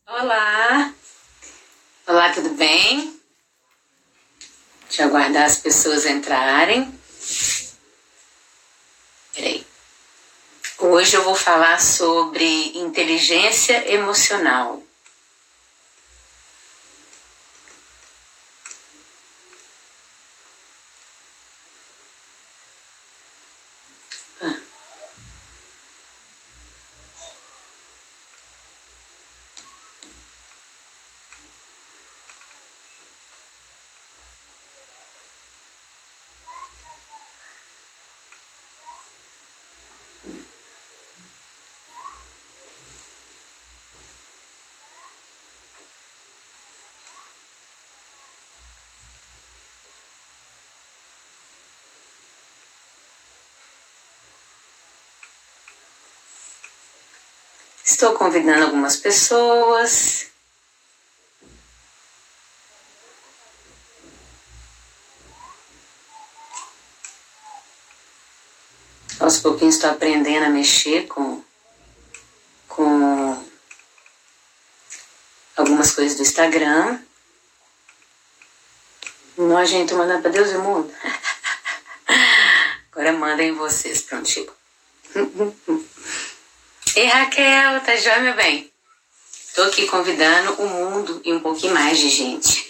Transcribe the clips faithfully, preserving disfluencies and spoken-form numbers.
Olá! Olá, tudo bem? Deixa eu aguardar as pessoas entrarem. Peraí. Hoje eu vou falar sobre inteligência emocional. Ah. Estou convidando algumas pessoas. Aos pouquinhos estou aprendendo a mexer com, com algumas coisas do Instagram. Não, gente, tô mandando para Deus e o mundo. Agora mandem vocês, pronto, chegou. Ei, Raquel, tá joia, meu bem? Tô aqui convidando o mundo e um pouquinho mais de gente.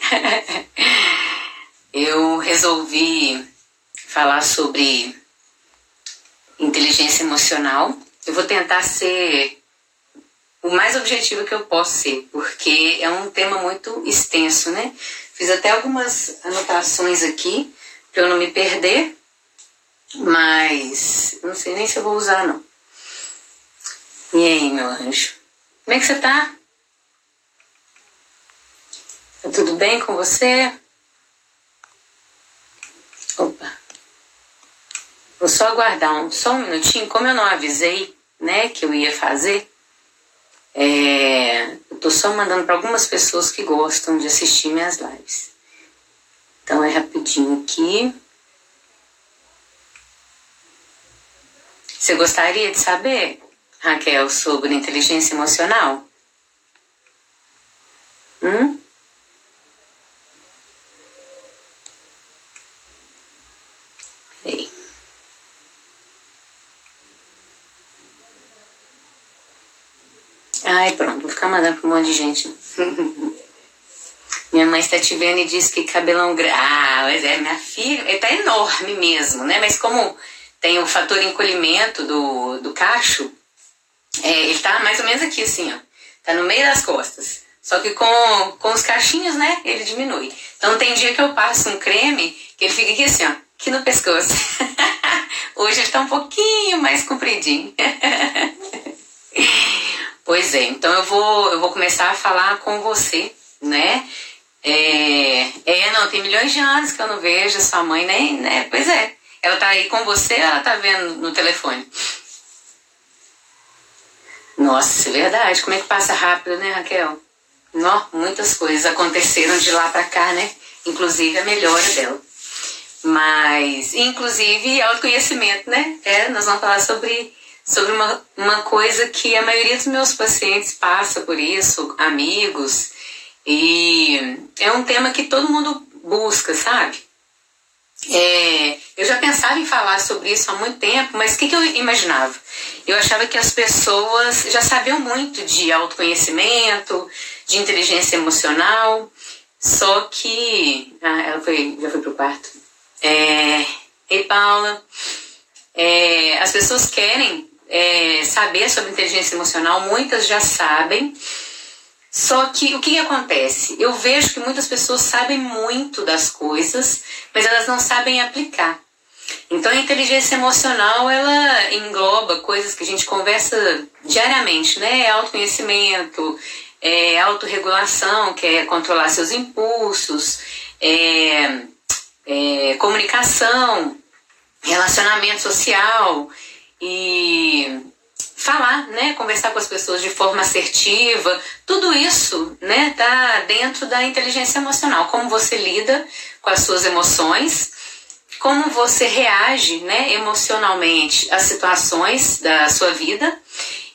Eu resolvi falar sobre inteligência emocional. Eu vou tentar ser o mais objetivo que eu posso ser, porque é um tema muito extenso, né? Fiz até algumas anotações aqui para eu não me perder, mas não sei nem se eu vou usar, não. E aí, meu anjo? Como é que você tá? Tá tudo bem com você? Opa. Vou só aguardar um, só um minutinho. Como eu não avisei, né, que eu ia fazer, é, eu tô só mandando para algumas pessoas que gostam de assistir minhas lives. Então é rapidinho aqui. Você gostaria de saber, Raquel, sobre inteligência emocional? Hum? Peraí. Ai, pronto, vou ficar mandando para um monte de gente. Minha mãe está te vendo e diz que cabelão grande. Ah, mas é, minha filha, ele tá enorme mesmo, né? Mas como tem o fator encolhimento do, do cacho, é, ele tá mais ou menos aqui assim, ó. Tá no meio das costas. Só que com, com os cachinhos, né, ele diminui. Então tem dia que eu passo um creme que ele fica aqui assim, ó, aqui no pescoço. Hoje ele tá um pouquinho mais compridinho. Pois é, então eu vou, eu vou começar a falar com você, né? É, é, não, tem milhões de anos que eu não vejo sua mãe, nem, né? Pois é, ela tá aí com você ou ela tá vendo no telefone? Nossa, é verdade, como é que passa rápido, né, Raquel? Nó, muitas coisas aconteceram de lá pra cá, né? Inclusive a melhora dela. Mas, inclusive, autoconhecimento, né? É, nós vamos falar sobre... sobre uma, uma coisa que a maioria dos meus pacientes passa por isso, amigos, e é um tema que todo mundo busca, sabe? É, eu já pensava em falar sobre isso há muito tempo, mas o que, que eu imaginava? Eu achava que as pessoas já sabiam muito de autoconhecimento, de inteligência emocional, só que... Ah, ela foi, já foi pro quarto. É, Ei, Paula, é, as pessoas querem É, saber sobre inteligência emocional, muitas já sabem, só que o que acontece? Eu vejo que muitas pessoas sabem muito das coisas, mas elas não sabem aplicar. Então a inteligência emocional, ela engloba coisas que a gente conversa diariamente, né? Autoconhecimento, é, autorregulação, que é controlar seus impulsos, é, é, comunicação, relacionamento social, e falar, né, conversar com as pessoas de forma assertiva, tudo isso, né, tá dentro da inteligência emocional. Como você lida com as suas emoções, como você reage, né, emocionalmente às situações da sua vida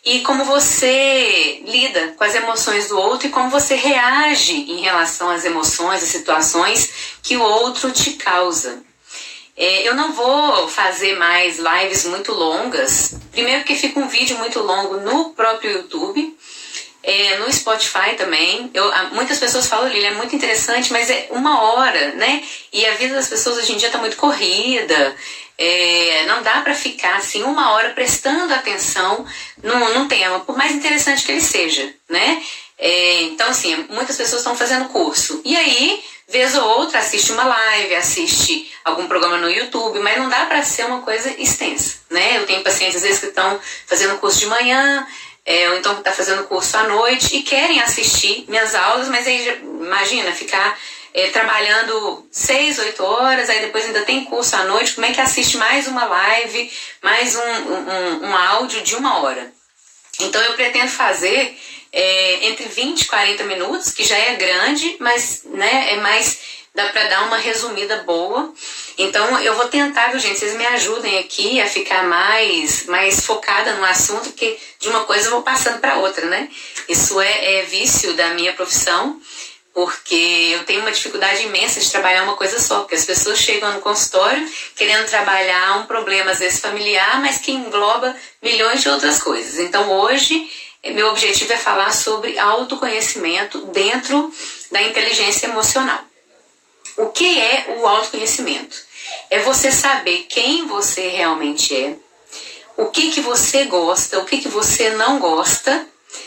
e como você lida com as emoções do outro e como você reage em relação às emoções, às situações que o outro te causa. É, eu não vou fazer mais lives muito longas, primeiro porque fica um vídeo muito longo no próprio YouTube, é, no Spotify também. Eu, muitas pessoas falam, Lili, é muito interessante, mas é uma hora, né? E a vida das pessoas hoje em dia está muito corrida, é, não dá para ficar assim uma hora prestando atenção num, num tema, por mais interessante que ele seja, né? É, então, assim, muitas pessoas estão fazendo curso, e aí, vez ou outra, assiste uma live, assiste algum programa no YouTube, mas não dá para ser uma coisa extensa, né? Eu tenho pacientes, às vezes, que estão fazendo curso de manhã, é, ou então que estão fazendo curso à noite, e querem assistir minhas aulas, mas aí, imagina, ficar é, trabalhando seis, oito horas, aí depois ainda tem curso à noite, como é que assiste mais uma live, mais um, um, um áudio de uma hora? Então, eu pretendo fazer É, entre vinte e quarenta minutos, que já é grande, mas né, é mais, dá para dar uma resumida boa. Então eu vou tentar, viu, gente, vocês me ajudem aqui a ficar mais, mais focada no assunto, porque de uma coisa eu vou passando para outra, né? Isso é, é vício da minha profissão, porque eu tenho uma dificuldade imensa de trabalhar uma coisa só, porque as pessoas chegam no consultório querendo trabalhar um problema, às vezes familiar, mas que engloba milhões de outras coisas. Então hoje meu objetivo é falar sobre autoconhecimento dentro da inteligência emocional. O que é o autoconhecimento? É você saber quem você realmente é, o que, que você gosta, o que, que você não gosta,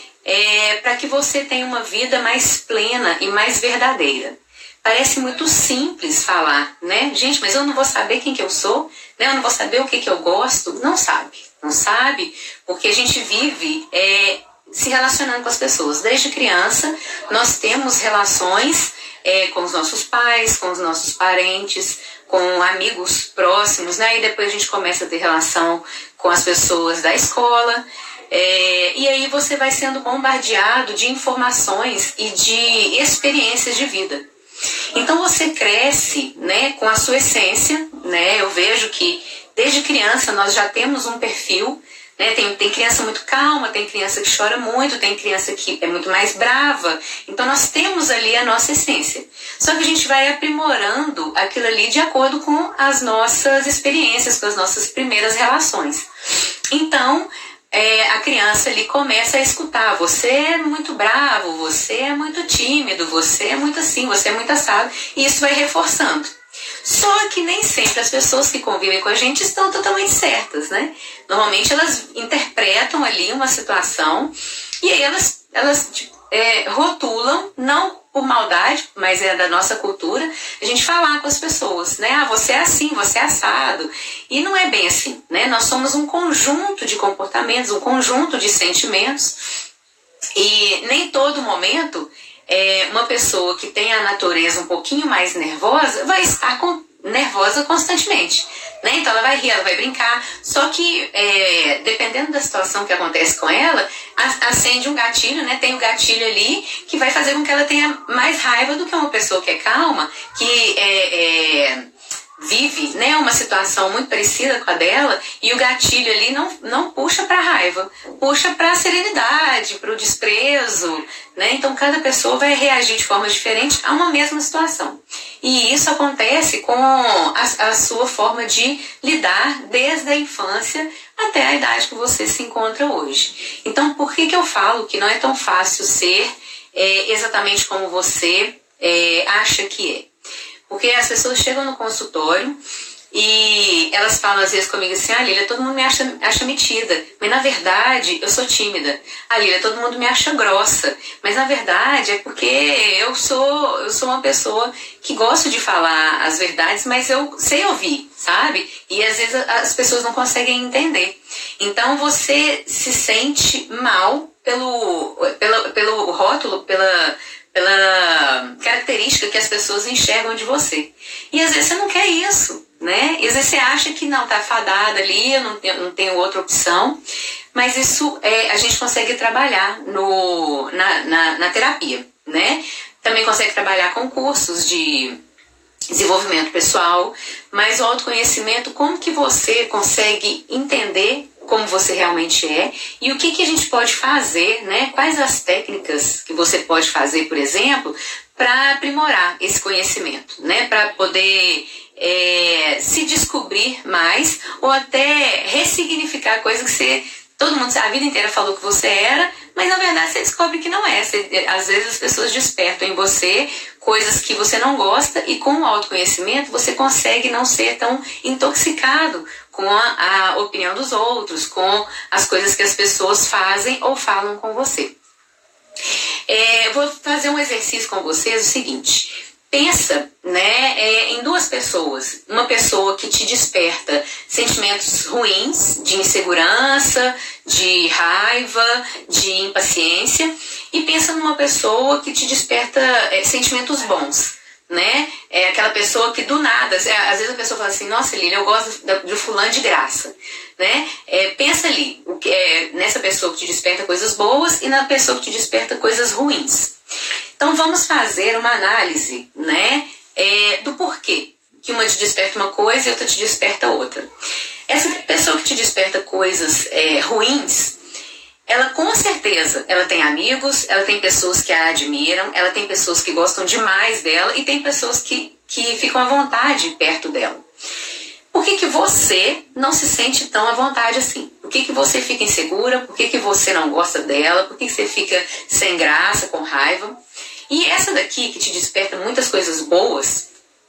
é, para que você tenha uma vida mais plena e mais verdadeira. Parece muito simples falar, né? Gente, mas eu não vou saber quem que eu sou, né? Eu não vou saber o que, que eu gosto. Não sabe, não sabe, porque a gente vive é, se relacionando com as pessoas. Desde criança, nós temos relações é, com os nossos pais, com os nossos parentes, com amigos próximos, né? E depois a gente começa a ter relação com as pessoas da escola. É, e aí você vai sendo bombardeado de informações e de experiências de vida. Então você cresce, né, com a sua essência, né? Eu vejo que desde criança nós já temos um perfil, né? Tem, tem criança muito calma, tem criança que chora muito, tem criança que é muito mais brava. Então nós temos ali a nossa essência. Só que a gente vai aprimorando aquilo ali de acordo com as nossas experiências, com as nossas primeiras relações. Então É, a criança ali começa a escutar, você é muito bravo, você é muito tímido, você é muito assim, você é muito assado, e isso vai reforçando. Só que nem sempre as pessoas que convivem com a gente estão totalmente certas, né? Normalmente elas interpretam ali uma situação e aí elas, elas tipo, é, rotulam, não por maldade, mas é da nossa cultura, a gente falar com as pessoas, né? Ah, você é assim, você é assado. E não é bem assim, né? Nós somos um conjunto de comportamentos, um conjunto de sentimentos, e nem todo momento é, uma pessoa que tem a natureza um pouquinho mais nervosa vai estar com, nervosa constantemente, né? Então ela vai rir, ela vai brincar, só que é, dependendo da situação que acontece com ela, acende um gatilho, né? Tem um gatilho ali que vai fazer com que ela tenha mais raiva do que uma pessoa que é calma, que é, é, vive, né, uma situação muito parecida com a dela, e o gatilho ali não, não puxa para a raiva, puxa para a serenidade, para o desprezo, né? Então cada pessoa vai reagir de forma diferente a uma mesma situação. E isso acontece com a, a sua forma de lidar desde a infância até a idade que você se encontra hoje. Então, por que que eu falo que não é tão fácil ser é, exatamente como você é, acha que é? Porque as pessoas chegam no consultório e elas falam às vezes comigo assim: ah, Lília, todo mundo me acha, acha metida, mas na verdade eu sou tímida. Ah, Lília, todo mundo me acha grossa, mas na verdade é porque eu sou, eu sou uma pessoa que gosto de falar as verdades, mas eu sei ouvir, sabe? E às vezes as pessoas não conseguem entender. Então você se sente mal pelo, pelo, pelo rótulo, pela... pela característica que as pessoas enxergam de você. E às vezes você não quer isso, né? E às vezes você acha que não, tá fadada ali, eu não tenho, não tenho outra opção. Mas isso é, a gente consegue trabalhar no, na, na, na terapia, né? Também consegue trabalhar com cursos de desenvolvimento pessoal, mas o autoconhecimento, como que você consegue entender como você realmente é e o que, que a gente pode fazer, né? Quais as técnicas que você pode fazer, por exemplo, para aprimorar esse conhecimento, né? Para poder é, se descobrir mais ou até ressignificar coisas que você, todo mundo a vida inteira falou que você era, mas na verdade você descobre que não é. Você, às vezes as pessoas despertam em você coisas que você não gosta e com o autoconhecimento você consegue não ser tão intoxicado com a, a opinião dos outros, com as coisas que as pessoas fazem ou falam com você. É, eu vou fazer um exercício com vocês, o seguinte: pensa, né, é, em duas pessoas. Uma pessoa que te desperta sentimentos ruins, de insegurança, de raiva, de impaciência, e pensa numa pessoa que te desperta é, sentimentos bons, né? É aquela pessoa que do nada, às vezes a pessoa fala assim: nossa, Lília, eu gosto de fulano de graça, né? É, pensa ali, o que é, nessa pessoa que te desperta coisas boas e na pessoa que te desperta coisas ruins. Então vamos fazer uma análise, né, é, do porquê que uma te desperta uma coisa e outra te desperta outra. Essa pessoa que te desperta coisas é, ruins, ela com certeza, ela tem amigos, ela tem pessoas que a admiram, ela tem pessoas que gostam demais dela e tem pessoas que, que ficam à vontade perto dela. Por que que você não se sente tão à vontade assim? Por que que você fica insegura? Por que que você não gosta dela? Por que que você fica sem graça, com raiva? E essa daqui que te desperta muitas coisas boas,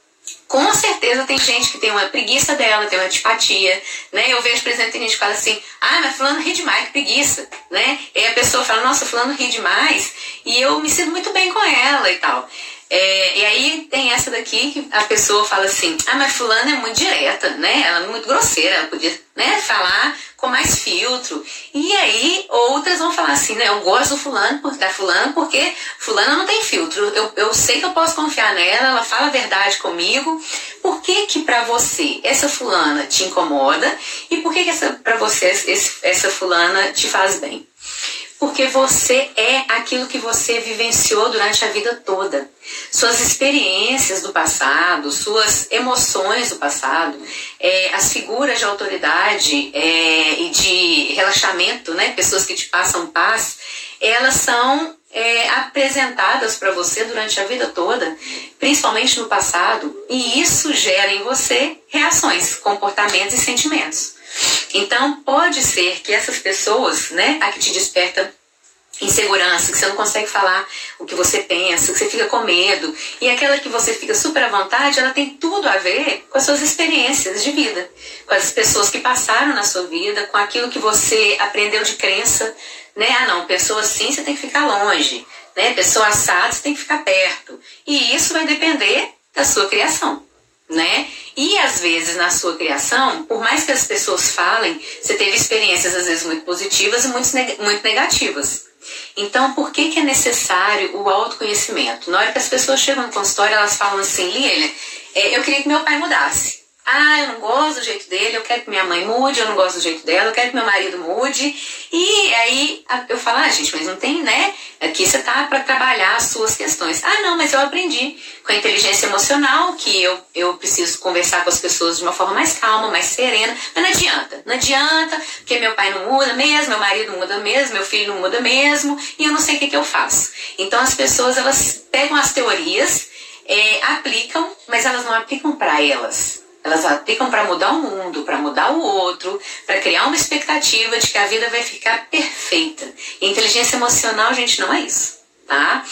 com certeza tem gente que tem uma preguiça dela, tem uma antipatia, né? Eu vejo, por exemplo, tem gente que fala assim: ah, mas fulano ri demais, que preguiça, né? E aí a pessoa fala: nossa, fulano ri demais e eu me sinto muito bem com ela e tal. É, e aí tem essa daqui que a pessoa fala assim: ah, mas fulano é muito direta, né? Ela é muito grosseira, ela podia, né, falar com mais filtro. E aí outras vão falar assim, né? Eu gosto do fulano, da fulano, porque fulano não tem filtro. Eu, eu sei que eu posso confiar nela, ela fala a verdade comigo. Por que que pra você essa fulana te incomoda? E por que que essa, pra você esse, essa fulana te faz bem? Porque você é aquilo que você vivenciou durante a vida toda. Suas experiências do passado, suas emoções do passado, é, as figuras de autoridade é, e de relaxamento, né, pessoas que te passam paz, elas são é, apresentadas para você durante a vida toda, principalmente no passado, e isso gera em você reações, comportamentos e sentimentos. Então, pode ser que essas pessoas, né, a que te desperta insegurança, que você não consegue falar o que você pensa, que você fica com medo, e aquela que você fica super à vontade, ela tem tudo a ver com as suas experiências de vida, com as pessoas que passaram na sua vida, com aquilo que você aprendeu de crença, né? Ah, não, pessoa assim você tem que ficar longe, né? Pessoa assada você tem que ficar perto, e isso vai depender da sua criação, né? E às vezes na sua criação, por mais que as pessoas falem, você teve experiências às vezes muito positivas e muito, muito negativas. Então, por que que é necessário o autoconhecimento? Na hora que as pessoas chegam no consultório, elas falam assim: Lília, eu queria que meu pai mudasse. Ah, eu não gosto do jeito dele, eu quero que minha mãe mude, eu não gosto do jeito dela, eu quero que meu marido mude. E aí eu falo: ah, gente, mas não tem, né? Aqui você tá para trabalhar as suas questões. Ah, não, mas eu aprendi com a inteligência emocional que eu, eu preciso conversar com as pessoas de uma forma mais calma, mais serena. Mas não adianta, não adianta, porque meu pai não muda mesmo, meu marido não muda mesmo, meu filho não muda mesmo, e eu não sei o que, que eu faço. Então as pessoas, elas pegam as teorias, é, aplicam, mas elas não aplicam para elas. Elas aplicam para mudar o mundo, para mudar o outro, para criar uma expectativa de que a vida vai ficar perfeita. E a inteligência emocional, gente, não é isso, tá?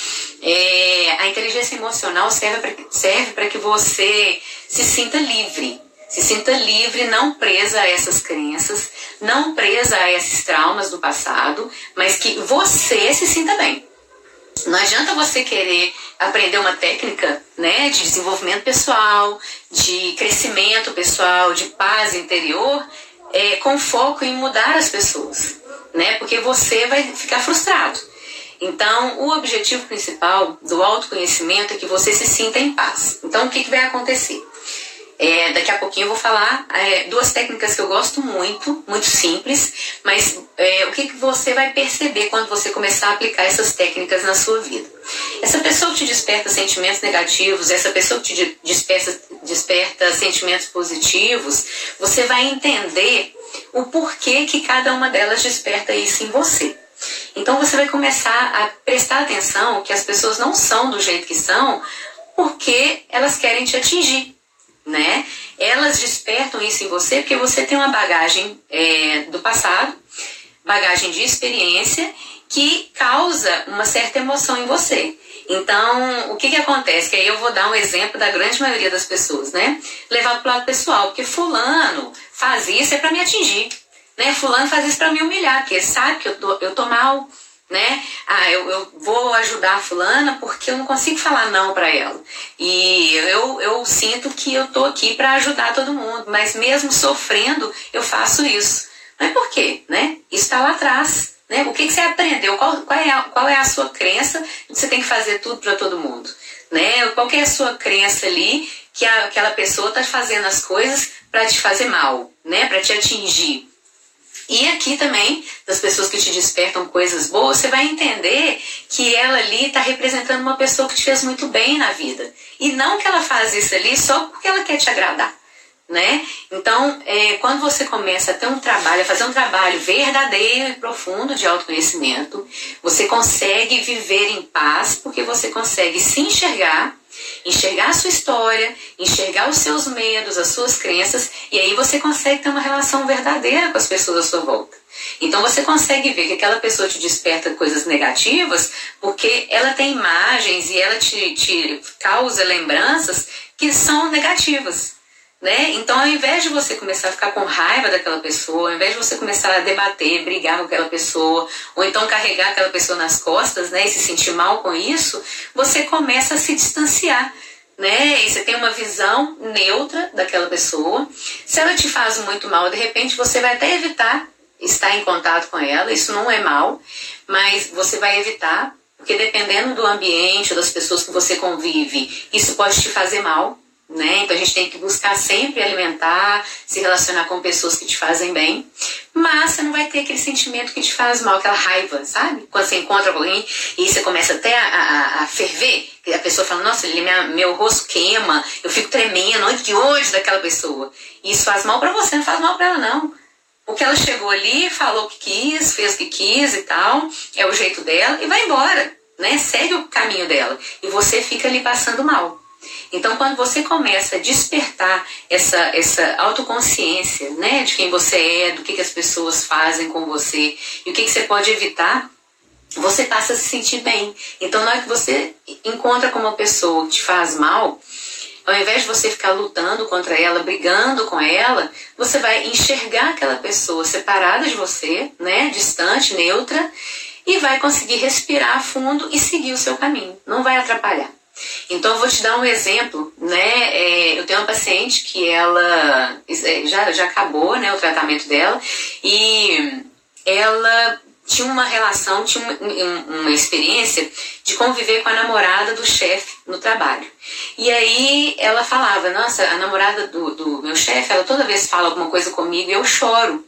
É, a inteligência emocional serve para serve para que você se sinta livre. Se sinta livre, não presa a essas crenças, não presa a esses traumas do passado, mas que você se sinta bem. Não adianta você querer aprender uma técnica, né, de desenvolvimento pessoal, de crescimento pessoal, de paz interior, é, com foco em mudar as pessoas, né, porque você vai ficar frustrado. Então, o objetivo principal do autoconhecimento é que você se sinta em paz. Então, o que, que vai acontecer? É, daqui a pouquinho eu vou falar é, duas técnicas que eu gosto muito, muito simples, mas é, o que, que você vai perceber quando você começar a aplicar essas técnicas na sua vida. Essa pessoa que te desperta sentimentos negativos, essa pessoa que te desperta, desperta sentimentos positivos, você vai entender o porquê que cada uma delas desperta isso em você. Então você vai começar a prestar atenção que as pessoas não são do jeito que são porque elas querem te atingir, né? Elas despertam isso em você porque você tem uma bagagem é, do passado, bagagem de experiência que causa uma certa emoção em você. Então, o que que acontece? Que aí eu vou dar um exemplo da grande maioria das pessoas, né? Levado para o lado pessoal, porque fulano faz isso é para me atingir, né? Fulano faz isso para me humilhar, porque ele sabe que eu tô, eu tô mal, né? Ah, eu, eu vou ajudar a fulana porque eu não consigo falar não para ela. E eu, eu sinto que eu tô aqui para ajudar todo mundo, mas mesmo sofrendo, eu faço isso. Mas por quê, né? Isso está lá atrás. Né? O que, que você aprendeu? Qual, qual, é a, qual é a sua crença de que você tem que fazer tudo para todo mundo? Né? Qual que é a sua crença ali que a, aquela pessoa está fazendo as coisas para te fazer mal, né? Para te atingir? E aqui também, das pessoas que te despertam coisas boas, você vai entender que ela ali está representando uma pessoa que te fez muito bem na vida. E não que ela faz isso ali só porque ela quer te agradar. Né? Então, é, quando você começa a ter um trabalho, a fazer um trabalho verdadeiro e profundo de autoconhecimento, você consegue viver em paz, porque você consegue se enxergar, enxergar a sua história, enxergar os seus medos, as suas crenças, e aí você consegue ter uma relação verdadeira com as pessoas à sua volta. Então você consegue ver que aquela pessoa te desperta coisas negativas porque ela tem imagens e ela te, te causa lembranças que são negativas. Né? Então, ao invés de você começar a ficar com raiva daquela pessoa, ao invés de você começar a debater, brigar com aquela pessoa, ou então carregar aquela pessoa nas costas, né, e se sentir mal com isso, você começa a se distanciar. Né? E você tem uma visão neutra daquela pessoa. Se ela te faz muito mal, de repente você vai até evitar estar em contato com ela, isso não é mal, mas você vai evitar, porque dependendo do ambiente ou das pessoas que você convive, isso pode te fazer mal. Né? Então a gente tem que buscar sempre alimentar, se relacionar com pessoas que te fazem bem, mas você não vai ter aquele sentimento que te faz mal, aquela raiva, sabe? Quando você encontra alguém e você começa até a, a, a ferver, a pessoa fala, nossa, minha, meu rosto queima, eu fico tremendo, olha que ódio daquela pessoa. E isso faz mal pra você, não faz mal pra ela não. Porque ela chegou ali, falou o que quis, fez o que quis e tal, é o jeito dela e vai embora, né? Segue o caminho dela e você fica ali passando mal. Então, quando você começa a despertar essa, essa autoconsciência, né, de quem você é, do que, que as pessoas fazem com você e o que, que você pode evitar, você passa a se sentir bem. Então, na hora que você encontra com uma pessoa que te faz mal, ao invés de você ficar lutando contra ela, brigando com ela, você vai enxergar aquela pessoa separada de você, né, distante, neutra, e vai conseguir respirar fundo e seguir o seu caminho. Não vai atrapalhar. Então eu vou te dar um exemplo, né? É, eu tenho uma paciente que ela já, já acabou, né, o tratamento dela e ela tinha uma relação, tinha uma, uma experiência de conviver com a namorada do chefe no trabalho. E aí ela falava, nossa, a namorada do, do meu chefe, ela toda vez fala alguma coisa comigo e eu choro.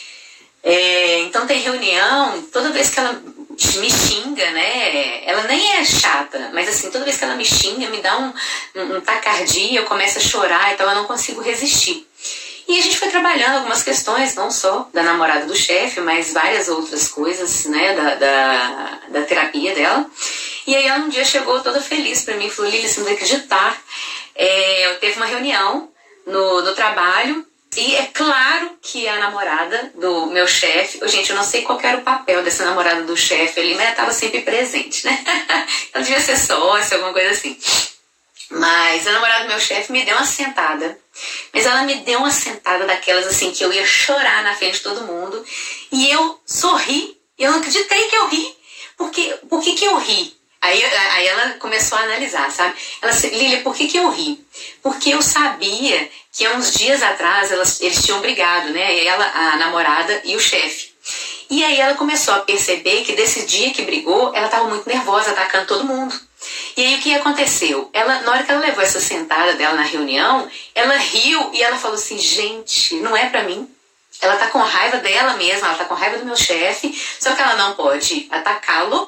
É, então tem reunião, toda vez que ela me xinga, né, ela nem é chata, mas assim, toda vez que ela me xinga, me dá um, um, um taquicardia, eu começo a chorar, então eu não consigo resistir. E a gente foi trabalhando algumas questões, não só da namorada do chefe, mas várias outras coisas, né, da, da, da terapia dela. E aí ela um dia chegou toda feliz pra mim, falou, Lili, você não vai acreditar, é, eu teve uma reunião no, no trabalho, e é claro que a namorada do meu chefe, gente, eu não sei qual era o papel dessa namorada do chefe ali, mas ela estava sempre presente, né? Ela devia ser sócia, alguma coisa assim. Mas a namorada do meu chefe me deu uma sentada. Mas ela me deu uma sentada daquelas assim que eu ia chorar na frente de todo mundo. E eu sorri, e eu não acreditei que eu ri. Porque, por que que eu ri? Aí, aí ela começou a analisar, sabe? Ela disse, Lília, por que que eu ri? Porque eu sabia que há uns dias atrás elas, eles tinham brigado, né? Ela, a namorada e o chefe. E aí ela começou a perceber que desse dia que brigou, ela estava muito nervosa, atacando todo mundo. E aí o que aconteceu? Ela, na hora que ela levou essa sentada dela na reunião, ela riu e ela falou assim, gente, não é pra mim. Ela tá com raiva dela mesma, ela tá com raiva do meu chefe, só que ela não pode atacá-lo,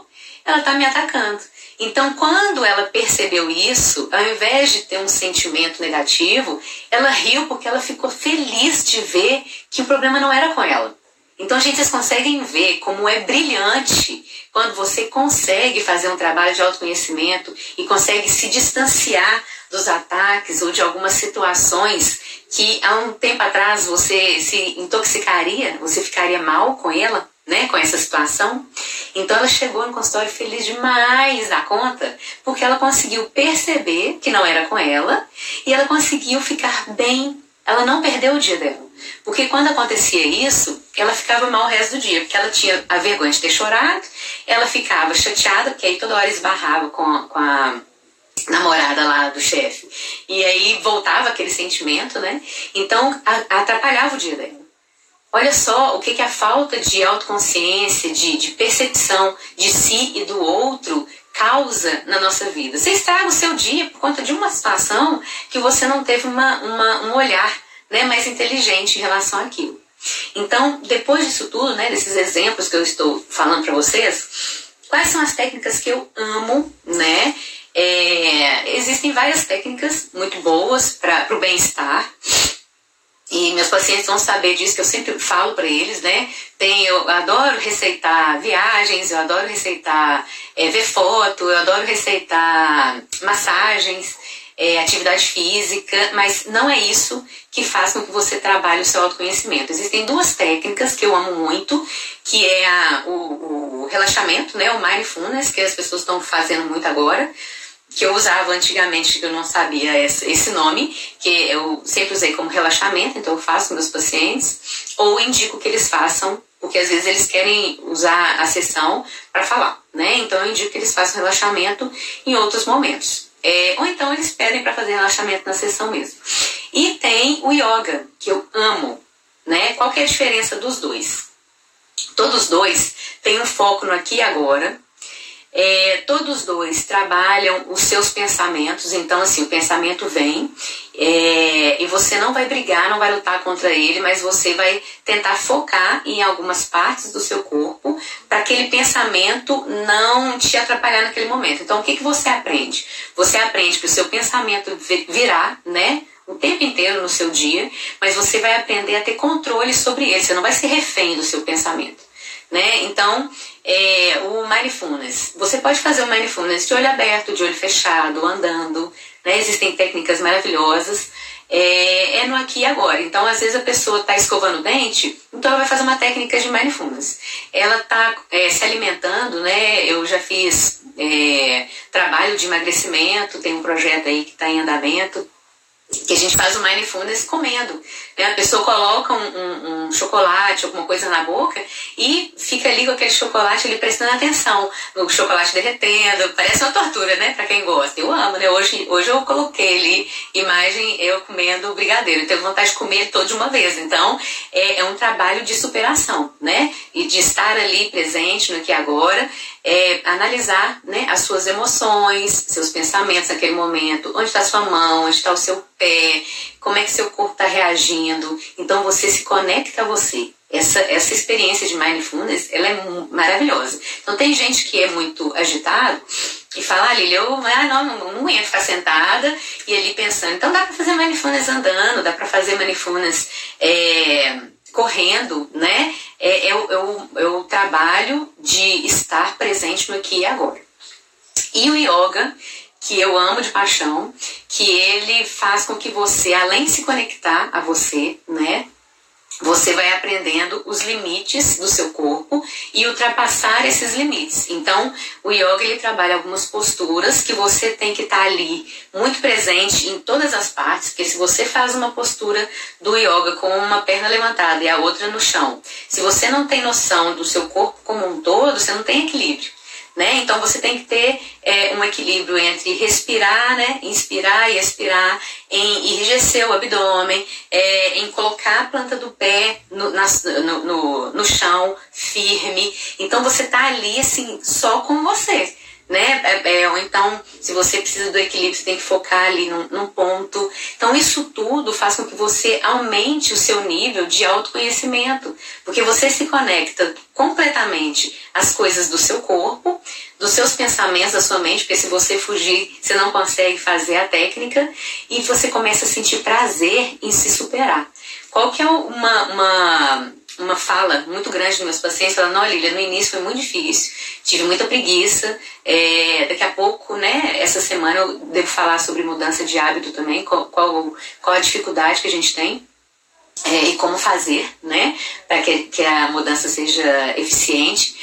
ela está me atacando. Então, quando ela percebeu isso, ao invés de ter um sentimento negativo, ela riu porque ela ficou feliz de ver que o problema não era com ela. Então, gente, vocês conseguem ver como é brilhante quando você consegue fazer um trabalho de autoconhecimento e consegue se distanciar dos ataques ou de algumas situações que há um tempo atrás você se intoxicaria, você ficaria mal com ela, né, com essa situação. Então ela chegou no consultório feliz demais da conta, porque ela conseguiu perceber que não era com ela e ela conseguiu ficar bem. Ela não perdeu o dia dela. Porque quando acontecia isso, ela ficava mal o resto do dia, porque ela tinha a vergonha de ter chorado, ela ficava chateada, porque aí toda hora esbarrava com a, com a namorada lá do chefe. E aí voltava aquele sentimento, né? Então a, atrapalhava o dia dela. Olha só o que, que a falta de autoconsciência, de, de percepção de si e do outro causa na nossa vida. Você estraga o seu dia por conta de uma situação que você não teve uma, uma, um olhar, né, mais inteligente em relação àquilo. Então, depois disso tudo, né, desses exemplos que eu estou falando para vocês, quais são as técnicas que eu amo, né? É, existem várias técnicas muito boas para o bem-estar. E meus pacientes vão saber disso, que eu sempre falo para eles, né? Tem, eu adoro receitar viagens, eu adoro receitar é, ver foto, eu adoro receitar massagens, é, atividade física, mas não é isso que faz com que você trabalhe o seu autoconhecimento. Existem duas técnicas que eu amo muito, que é a, o, o relaxamento, né? O mindfulness, que as pessoas estão fazendo muito agora, que eu usava antigamente, que eu não sabia esse nome, que eu sempre usei como relaxamento, então eu faço com meus pacientes, ou indico que eles façam, porque às vezes eles querem usar a sessão para falar, né? Então eu indico que eles façam relaxamento em outros momentos. É, ou então eles pedem para fazer relaxamento na sessão mesmo. E tem o yoga, que eu amo, né? Qual que é a diferença dos dois? Todos dois têm um foco no aqui e agora. É, todos dois trabalham os seus pensamentos, então assim, o pensamento vem é, e você não vai brigar, não vai lutar contra ele, mas você vai tentar focar em algumas partes do seu corpo para aquele pensamento não te atrapalhar naquele momento. Então o que, que você aprende? Você aprende que o seu pensamento virá, né, o tempo inteiro no seu dia, mas você vai aprender a ter controle sobre ele, você não vai ser refém do seu pensamento. Né? Então, é, o mindfulness, você pode fazer o mindfulness de olho aberto, de olho fechado, andando, né? Existem técnicas maravilhosas, é, é no aqui e agora. Então, às vezes a pessoa está escovando o dente, então ela vai fazer uma técnica de mindfulness. Ela está é, se alimentando, né? Eu já fiz é, trabalho de emagrecimento, tem um projeto aí que está em andamento, que a gente faz o mindfulness comendo, né? A pessoa coloca um, um, um chocolate, alguma coisa na boca e fica ali com aquele chocolate ali prestando atenção, o chocolate derretendo, parece uma tortura, né? Pra quem gosta, eu amo, né? Hoje, hoje eu coloquei ali imagem eu comendo brigadeiro, eu tenho vontade de comer todo de uma vez, então é, é um trabalho de superação, né? E de estar ali presente no aqui e agora, é, analisar, né, as suas emoções, seus pensamentos naquele momento, onde está sua mão, onde está o seu pé, como é que seu corpo está reagindo. Então você se conecta a você. Essa, essa experiência de mindfulness, ela é maravilhosa. Então tem gente que é muito agitado e fala, ah, Lília, eu ah, não, não, não ia ficar sentada e ali pensando. Então dá para fazer mindfulness andando, dá para fazer mindfulness é, correndo, né? É, é, o, é, o, é o trabalho de estar presente no aqui e agora. E o yoga, que eu amo de paixão, que ele faz com que você, além de se conectar a você, né, você vai aprendendo os limites do seu corpo e ultrapassar esses limites. Então, o yoga, ele trabalha algumas posturas que você tem que estar ali muito presente em todas as partes, porque se você faz uma postura do yoga com uma perna levantada e a outra no chão, se você não tem noção do seu corpo como um todo, você não tem equilíbrio. Né? Então você tem que ter é, um equilíbrio entre respirar, né? Inspirar e expirar, em enrijecer o abdômen, é, em colocar a planta do pé no, na, no, no, no chão, firme. Então você tá ali assim, só com você. né? É, é, ou então, se você precisa do equilíbrio, você tem que focar ali num, num ponto. Então, isso tudo faz com que você aumente o seu nível de autoconhecimento, porque você se conecta completamente às coisas do seu corpo, dos seus pensamentos, da sua mente, porque se você fugir, você não consegue fazer a técnica, e você começa a sentir prazer em se superar. Qual que é uma... uma uma fala muito grande dos meus pacientes, falando, olha, Lília, no início foi muito difícil, tive muita preguiça, é, daqui a pouco, né, essa semana eu devo falar sobre mudança de hábito também, qual, qual, qual a dificuldade que a gente tem é, e como fazer, né, para que, que a mudança seja eficiente,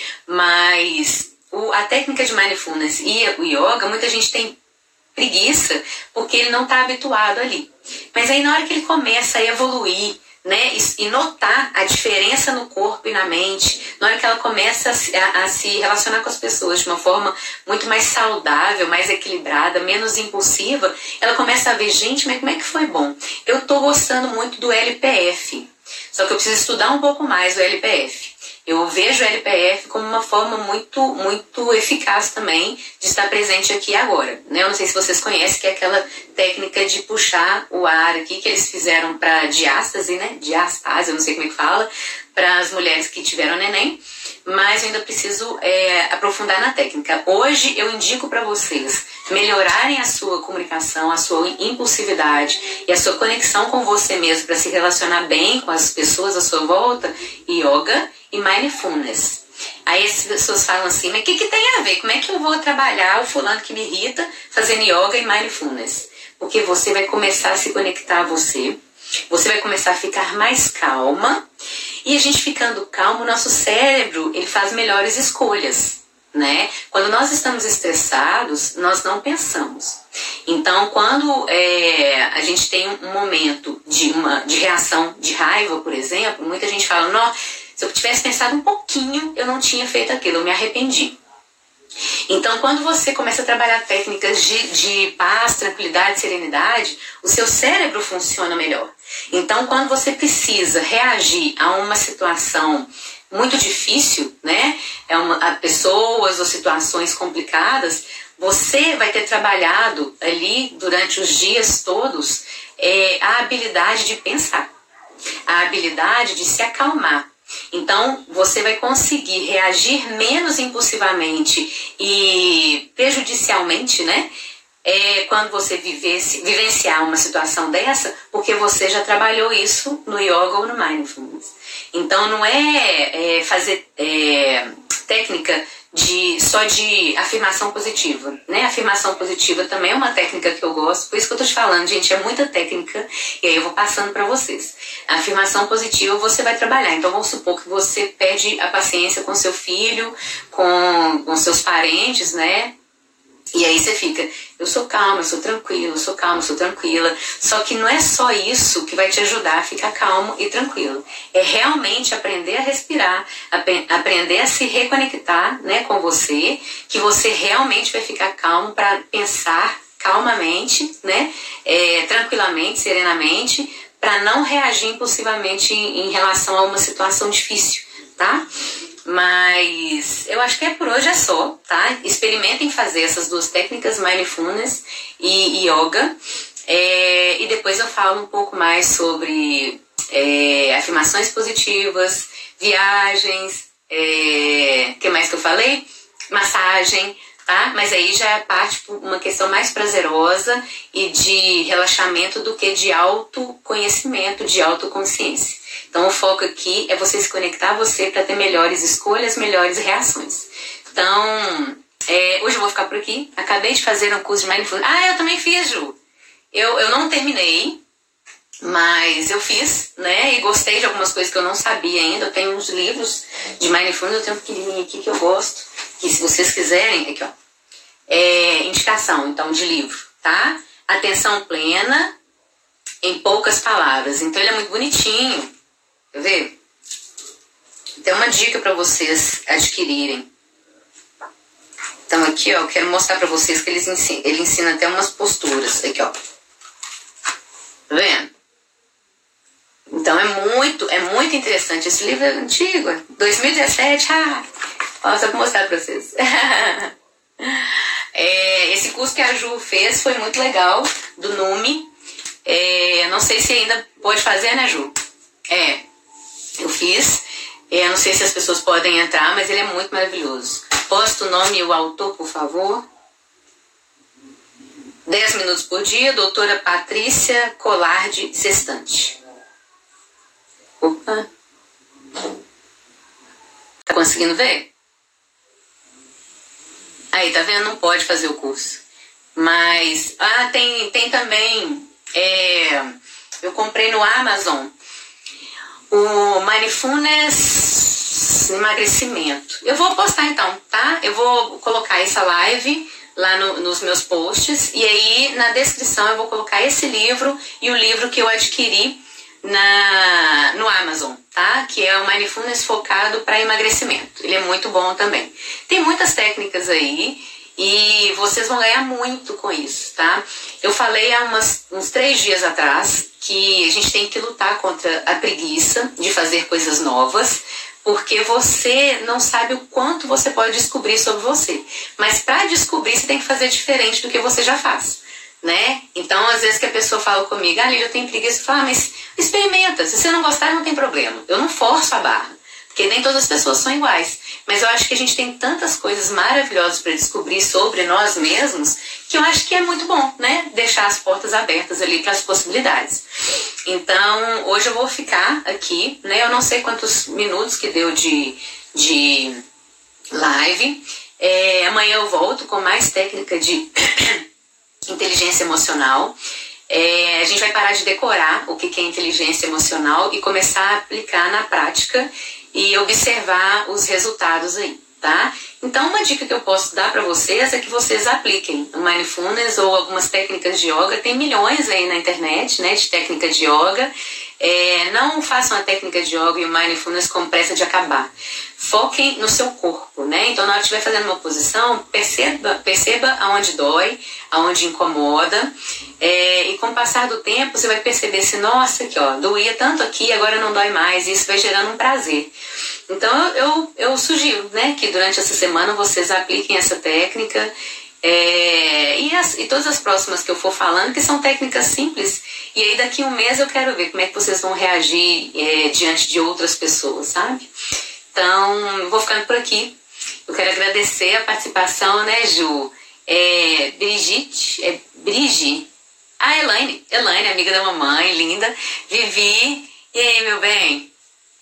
mas o, a técnica de mindfulness e o yoga, muita gente tem preguiça porque ele não está habituado ali, mas aí na hora que ele começa a evoluir, né, e, e notar a diferença no corpo e na mente, na hora que ela começa a, a, a se relacionar com as pessoas de uma forma muito mais saudável, mais equilibrada, menos impulsiva, ela começa a ver, gente, mas como é que foi bom? Eu tô gostando muito do L P F, só que eu preciso estudar um pouco mais o L P F. Eu vejo o L P F como uma forma muito, muito eficaz também de estar presente aqui agora, né? Eu não sei se vocês conhecem, que é aquela técnica de puxar o ar aqui, que eles fizeram para diástase, né? Diastase, eu não sei como é que fala, para as mulheres que tiveram neném, mas eu ainda preciso é, aprofundar na técnica. Hoje eu indico para vocês melhorarem a sua comunicação, a sua impulsividade e a sua conexão com você mesmo para se relacionar bem com as pessoas à sua volta, yoga e mindfulness. Aí as pessoas falam assim, mas o que, que tem a ver? Como é que eu vou trabalhar o fulano que me irrita fazendo yoga e mindfulness? Porque você vai começar a se conectar a você, você vai começar a ficar mais calma, e a gente ficando calmo, o nosso cérebro ele faz melhores escolhas, né? Quando nós estamos estressados, nós não pensamos. Então, quando é, a gente tem um momento de, uma, de reação de raiva, por exemplo, muita gente fala, não, se eu tivesse pensado um pouquinho, eu não tinha feito aquilo, eu me arrependi. Então, quando você começa a trabalhar técnicas de, de paz, tranquilidade, serenidade, o seu cérebro funciona melhor. Então, quando você precisa reagir a uma situação muito difícil, né, é uma, a pessoas ou situações complicadas, você vai ter trabalhado ali durante os dias todos é, a habilidade de pensar, a habilidade de se acalmar. Então, você vai conseguir reagir menos impulsivamente e prejudicialmente, né? É, quando você vivesse, vivenciar uma situação dessa, porque você já trabalhou isso no yoga ou no mindfulness. Então, não é, é fazer é, técnica de, só de afirmação positiva, né? Afirmação positiva também é uma técnica que eu gosto, por isso que eu tô te falando, gente, é muita técnica, e aí eu vou passando para vocês. A afirmação positiva você vai trabalhar, então vamos supor que você perde a paciência com seu filho, com, com seus parentes, né? E aí você fica, eu sou calma, eu sou tranquila, eu sou calma, eu sou tranquila. Só que não é só isso que vai te ajudar a ficar calmo e tranquilo. É realmente aprender a respirar, ap- aprender a se reconectar, né, com você, que você realmente vai ficar calmo para pensar calmamente, né, é, tranquilamente, serenamente, para não reagir impulsivamente em, em relação a uma situação difícil, tá? Mas eu acho que é por hoje é só, tá? Experimentem fazer essas duas técnicas, mindfulness e yoga. É, e depois eu falo um pouco mais sobre é, afirmações positivas, viagens, é, que mais que eu falei? Massagem, tá? Mas aí já parte por uma questão mais prazerosa e de relaxamento do que de autoconhecimento, de autoconsciência. Então o foco aqui é você se conectar a você para ter melhores escolhas, melhores reações. Então, é, hoje eu vou ficar por aqui. Acabei de fazer um curso de mindfulness. Ah, eu também fiz, Ju. Eu, eu não terminei, mas eu fiz, né? E gostei de algumas coisas que eu não sabia ainda. Eu tenho uns livros de mindfulness, eu tenho um pequenininho aqui que eu gosto. Que se vocês quiserem, aqui ó, é indicação, então, de livro, tá? Atenção plena, em poucas palavras. Então ele é muito bonitinho. Quer ver? Tem uma dica para vocês adquirirem. Então aqui, ó, eu quero mostrar para vocês que eles ensinam, ele ensina até umas posturas. Aqui, ó. Tá vendo? Então é muito, é muito interessante. Esse livro é antigo, dois mil e dezessete. Ah, ó, só para mostrar para vocês. É, esse curso que a Ju fez foi muito legal, do Nume. É, não sei se ainda pode fazer, né, Ju? É, eu fiz. É, não sei se as pessoas podem entrar, mas ele é muito maravilhoso. Posta o nome e o autor, por favor. dez minutos por dia, doutora Patrícia Colardi Sextante. Opa. Tá conseguindo ver? Aí, tá vendo? Não pode fazer o curso. Mas, ah, tem, tem também, é, eu comprei no Amazon o Mindfulness Emagrecimento. Eu vou postar então, tá? Eu vou colocar essa live lá no, nos meus posts, e aí na descrição eu vou colocar esse livro e o livro que eu adquiri na, no Amazon, tá? Que é o Mindfulness focado para emagrecimento. Ele é muito bom também. Tem muitas técnicas aí e vocês vão ganhar muito com isso, tá? Eu falei há umas, uns três dias atrás que a gente tem que lutar contra a preguiça de fazer coisas novas, porque você não sabe o quanto você pode descobrir sobre você. Mas para descobrir, você tem que fazer diferente do que você já faz, né? Então, às vezes que a pessoa fala comigo, ah, Lília, eu tenho preguiça, eu falo, ah, mas experimenta, se você não gostar, não tem problema. Eu não forço a barra, porque nem todas as pessoas são iguais. Mas eu acho que a gente tem tantas coisas maravilhosas para descobrir sobre nós mesmos, que eu acho que é muito bom, né? Deixar as portas abertas ali para as possibilidades. Então, hoje eu vou ficar aqui, né? Eu não sei quantos minutos que deu de, de live. É, amanhã eu volto com mais técnica de inteligência emocional. É, a gente vai parar de decorar o que é inteligência emocional e começar a aplicar na prática e observar os resultados aí, tá? Então, uma dica que eu posso dar para vocês é que vocês apliquem o Mindfulness ou algumas técnicas de yoga. Tem milhões aí na internet, né, de técnica de yoga. É, não façam a técnica de yoga e o Mindfulness com pressa de acabar. Foquem no seu corpo, né? Então, na hora que estiver fazendo uma posição, perceba, perceba aonde dói, aonde incomoda. É, e com o passar do tempo, você vai perceber se, nossa, aqui, ó, doía tanto aqui, agora não dói mais. E isso vai gerando um prazer. Então, eu, eu, eu sugiro, né, que durante essa semana vocês apliquem essa técnica. É, e, as, e todas as próximas que eu for falando, que são técnicas simples, e aí daqui a um mês eu quero ver como é que vocês vão reagir é, diante de outras pessoas, sabe? Então, eu vou ficando por aqui. Eu quero agradecer a participação, né, Ju? É, Brigitte, é Brigitte, a Elaine, Elaine, amiga da mamãe, linda, Vivi, e aí, meu bem?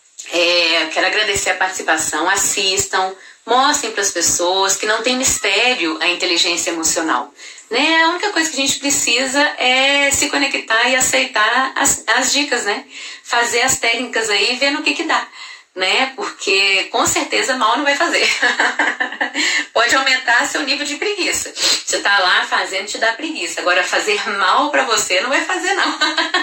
É, eu quero agradecer a participação, assistam, mostrem para as pessoas que não tem mistério a inteligência emocional, né? A única coisa que a gente precisa é se conectar e aceitar as, as dicas, né? Fazer as técnicas aí e ver no que que dá, né? Porque com certeza mal não vai fazer. Pode aumentar seu nível de preguiça. Você tá lá fazendo, te dá preguiça. Agora fazer mal para você não vai fazer, não.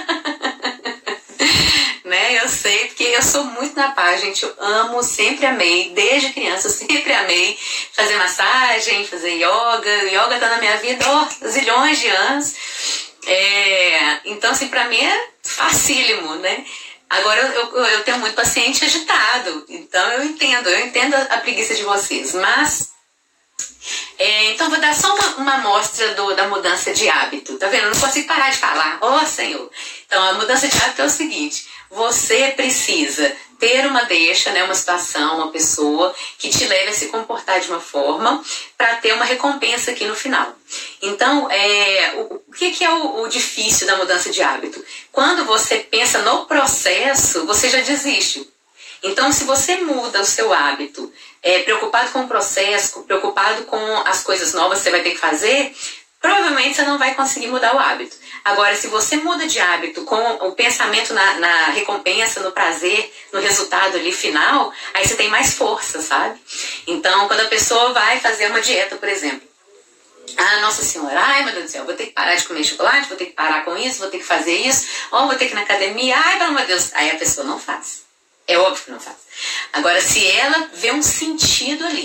Né? Eu sei, porque eu sou muito na paz, gente. Eu amo, sempre amei, desde criança, eu sempre amei fazer massagem, fazer yoga. Yoga tá na minha vida ó, zilhões de anos. É, então, assim, pra mim é facílimo, né? Agora, eu, eu, eu tenho muito paciente agitado, então eu entendo, eu entendo a, a preguiça de vocês, mas... É, então, vou dar só uma, uma amostra do, da mudança de hábito. Tá vendo? Eu não consigo parar de falar. Ó, oh, Senhor! Então, a mudança de hábito é o seguinte: você precisa ter uma deixa, né, uma situação, uma pessoa que te leve a se comportar de uma forma para ter uma recompensa aqui no final. Então, é, o, o que, que é o, o difícil da mudança de hábito? Quando você pensa no processo, você já desiste. Então, se você muda o seu hábito, é, preocupado com o processo, preocupado com as coisas novas que você vai ter que fazer, provavelmente você não vai conseguir mudar o hábito. Agora, se você muda de hábito com o pensamento na, na recompensa, no prazer, no resultado ali final, aí você tem mais força, sabe? Então, quando a pessoa vai fazer uma dieta, por exemplo, ah, nossa senhora, ai meu Deus do céu, vou ter que parar de comer chocolate, vou ter que parar com isso, vou ter que fazer isso, ou vou ter que ir na academia, ai pelo amor de Deus, aí a pessoa não faz. É óbvio que não faz. Agora, se ela vê um sentido ali,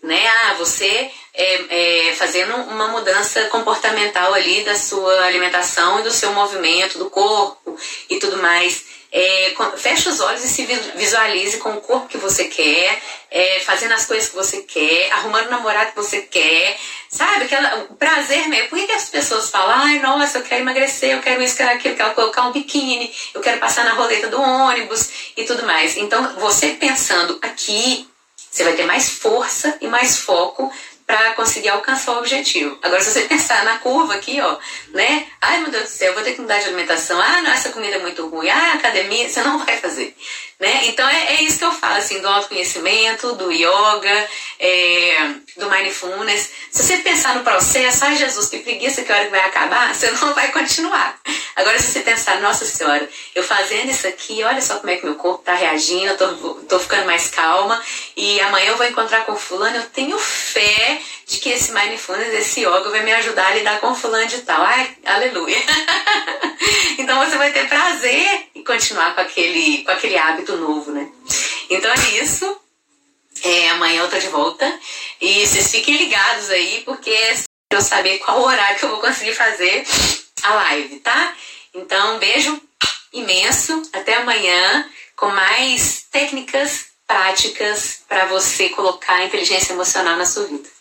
né? Ah, você é, é, fazendo uma mudança comportamental ali da sua alimentação e do seu movimento, do corpo e tudo mais. É, fecha os olhos e se visualize com o corpo que você quer, é, fazendo as coisas que você quer, arrumando o namorado que você quer, sabe? Aquela, o prazer mesmo. Por que, que as pessoas falam, ai, nossa, eu quero emagrecer, eu quero isso, quero aquilo, eu quero colocar um biquíni, eu quero passar na roleta do ônibus e tudo mais. Então, você pensando aqui, você vai ter mais força e mais foco para conseguir alcançar o objetivo. Agora, se você pensar na curva aqui, ó, né? Ai, meu Deus do céu, eu vou ter que mudar de alimentação. Ah, não, essa comida é muito ruim. Ah, academia, você não vai fazer, né? Então, é, é isso que eu falo, assim, do autoconhecimento, do yoga, é, do mindfulness. Se você pensar no processo, ai, Jesus, que preguiça, que hora que vai acabar, você não vai continuar. Agora, se você pensar, nossa senhora, eu fazendo isso aqui, olha só como é que meu corpo tá reagindo, eu tô, tô ficando mais calma, e amanhã eu vou encontrar com fulano, eu tenho fé de que esse mindfulness, esse yoga vai me ajudar a lidar com fulano de tal. Ai, aleluia. Então você vai ter prazer em continuar com aquele, com aquele hábito novo, né? Então é isso. É, amanhã eu tô de volta. E vocês fiquem ligados aí, porque eu saber qual horário que eu vou conseguir fazer a live, tá? Então, um beijo imenso. Até amanhã com mais técnicas práticas para você colocar a inteligência emocional na sua vida.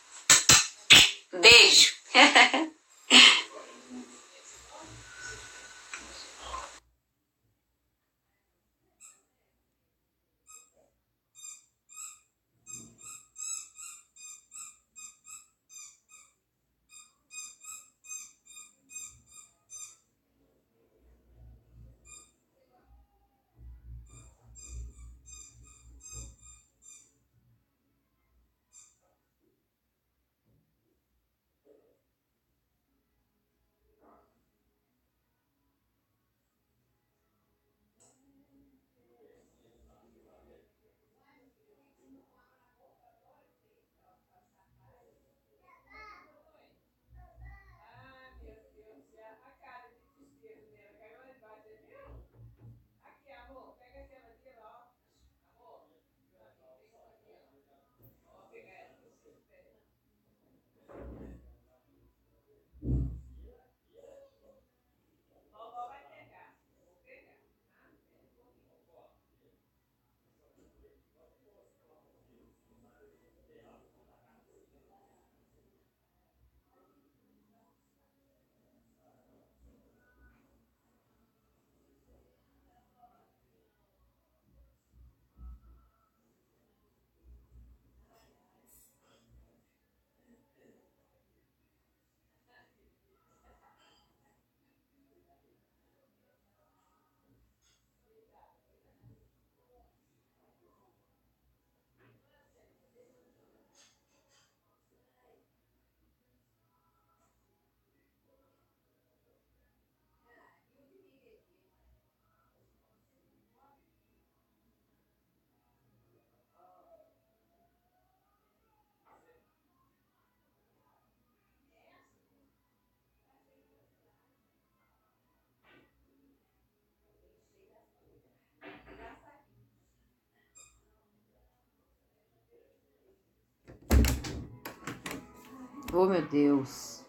Beijo! Oh, meu Deus.